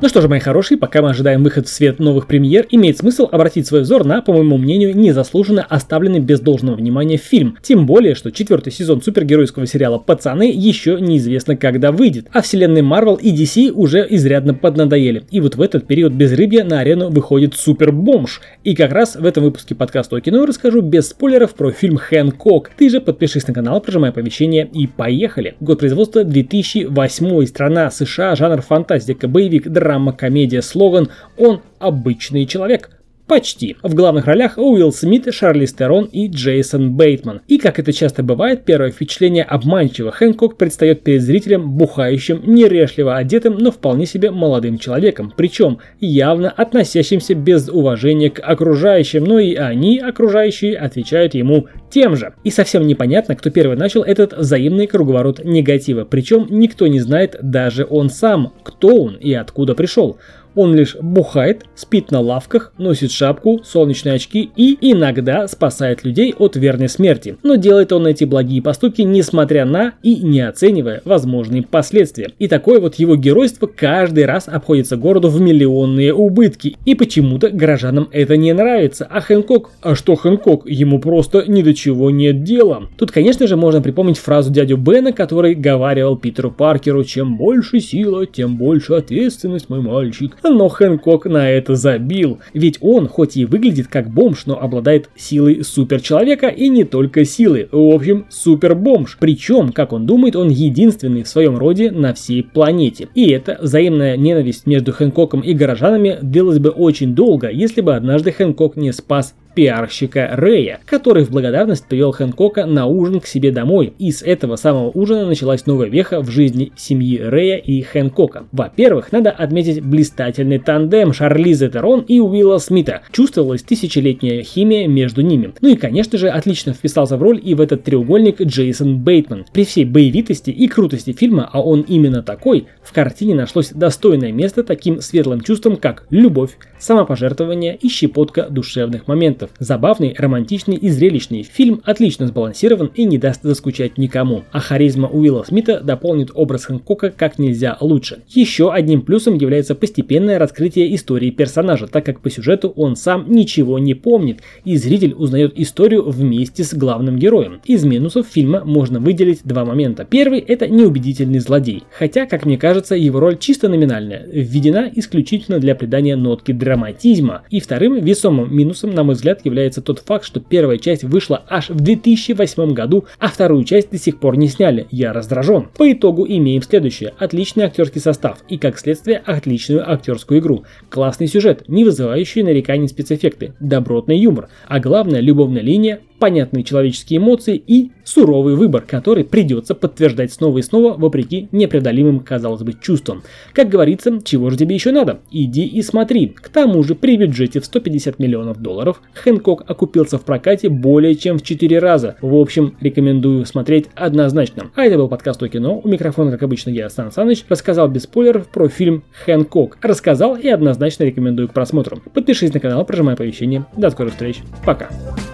Ну что же, мои хорошие, пока мы ожидаем выход в свет новых премьер, имеет смысл обратить свой взор на, по моему мнению, незаслуженно оставленный без должного внимания фильм. Тем более, что 4-й сезон супергеройского сериала «Пацаны» еще неизвестно когда выйдет, а вселенные Marvel и DC уже изрядно поднадоели. И вот в этот период безрыбья на арену выходит Супербомж. И как раз в этом выпуске подкаста о кино расскажу без спойлеров про фильм «Хэнкок». Ты же подпишись на канал, прожимай оповещения и поехали. Год производства 2008, страна США, жанр фантастика, боевик, драма, комедия, слоган «Он обычный человек». Почти. В главных ролях Уилл Смит, Шарлиз Терон и Джейсон Бейтман. И как это часто бывает, первое впечатление обманчиво. Хэнкок предстает перед зрителем бухающим, нерешливо одетым, но вполне себе молодым человеком. Причем явно относящимся без уважения к окружающим, но и они, окружающие, отвечают ему тем же. И совсем непонятно, кто первый начал этот взаимный круговорот негатива. Причем никто не знает, даже он сам, кто он и откуда пришел. Он лишь бухает, спит на лавках, носит шапку, солнечные очки и иногда спасает людей от верной смерти. Но делает он эти благие поступки несмотря на и не оценивая возможные последствия. И такое вот его геройство каждый раз обходится городу в миллионные убытки. И почему-то горожанам это не нравится. А Хэнкок? А что Хэнкок? Ему просто ни до чего нет дела. Тут, конечно же, можно припомнить фразу дядю Бена, который говаривал Питеру Паркеру: «Чем больше сила, тем больше ответственность, мой мальчик». Но Хэнкок на это забил, ведь он хоть и выглядит как бомж, но обладает силой суперчеловека и не только силы, в общем, супербомж. Причем, как он думает, он единственный в своем роде на всей планете. И эта взаимная ненависть между Хэнкоком и горожанами длилась бы очень долго, если бы однажды Хэнкок не спас пиарщика Рэя, который в благодарность привел Хэнкока на ужин к себе домой. И с этого самого ужина началась новая веха в жизни семьи Рэя и Хэнкока. Во-первых, надо отметить блистательный тандем Шарлизы Терон и Уилла Смита. Чувствовалась тысячелетняя химия между ними. Ну и, конечно же, отлично вписался в роль и в этот треугольник Джейсон Бейтман. При всей боевитости и крутости фильма, а он именно такой, в картине нашлось достойное место таким светлым чувствам, как любовь, самопожертвование и щепотка душевных моментов. Забавный, романтичный и зрелищный. Фильм отлично сбалансирован и не даст заскучать никому. А харизма Уилла Смита дополнит образ Хэнкока как нельзя лучше. Еще одним плюсом является постепенное раскрытие истории персонажа, так как по сюжету он сам ничего не помнит, и зритель узнает историю вместе с главным героем. Из минусов фильма можно выделить два момента. Первый — это неубедительный злодей, хотя, как мне кажется, его роль чисто номинальная, введена исключительно для придания нотки драматизма. И вторым весомым минусом, на мой взгляд, является тот факт, что первая часть вышла аж в 2008 году, а вторую часть до сих пор не сняли. Я раздражен. По итогу имеем следующее: отличный актерский состав и, как следствие, отличную актерскую игру, классный сюжет, не вызывающий нареканий спецэффекты, добротный юмор, а главное — любовная линия, понятные человеческие эмоции и суровый выбор, который придется подтверждать снова и снова, вопреки непреодолимым, казалось бы, чувствам. Как говорится, чего же тебе еще надо? Иди и смотри. К тому же при бюджете в $150 миллионов Хэнкок окупился в прокате более чем в 4 раза. В общем, рекомендую смотреть однозначно. А это был подкаст о кино. У микрофона, как обычно, я, Сан Саныч, рассказал без спойлеров про фильм «Хэнкок». Рассказал и однозначно рекомендую к просмотру. Подпишись на канал, прожимай оповещения. До скорых встреч. Пока.